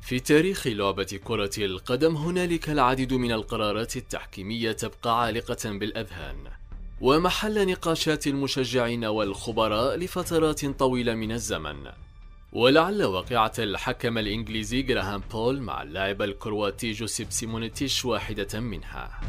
في تاريخ لعبة كرة القدم هنالك العديد من القرارات التحكيمية تبقى عالقة بالأذهان ومحل نقاشات المشجعين والخبراء لفترات طويلة من الزمن. ولعل واقعة الحكم الإنجليزي غراهام بول مع اللاعب الكرواتي جوسيب سيمونيتيش واحدة منها.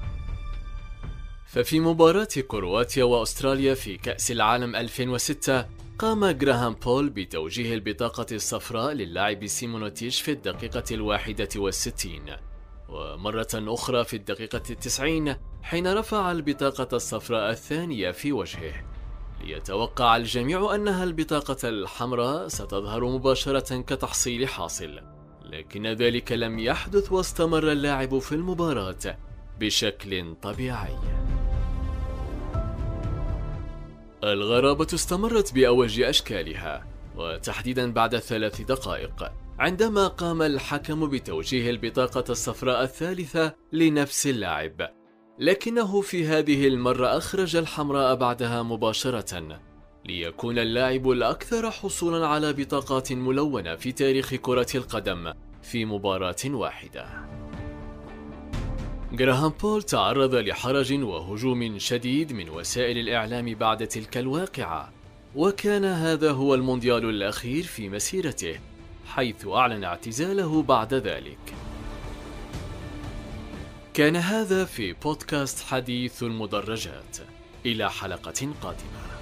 ففي مباراة كرواتيا وأستراليا في كأس العالم 2006 قام غراهام بول بتوجيه البطاقة الصفراء للاعب سيمونيتيش في الدقيقة 61، ومرة أخرى في الدقيقة 90 حين رفع البطاقة الصفراء الثانية في وجهه. ليتوقع الجميع أنها البطاقة الحمراء ستظهر مباشرة كتحصيل حاصل، لكن ذلك لم يحدث واستمر اللاعب في المباراة بشكل طبيعي. الغرابة استمرت بأوج أشكالها، وتحديدا بعد 3 دقائق عندما قام الحكم بتوجيه البطاقة الصفراء الثالثة لنفس اللاعب، لكنه في هذه المرة أخرج الحمراء بعدها مباشرة، ليكون اللاعب الأكثر حصولا على بطاقات ملونة في تاريخ كرة القدم في مباراة واحدة. غراهام بول تعرض لحرج وهجوم شديد من وسائل الإعلام بعد تلك الواقعة، وكان هذا هو المونديال الأخير في مسيرته، حيث أعلن اعتزاله بعد ذلك. كان هذا في بودكاست حديث المدرجات، إلى حلقة قادمة.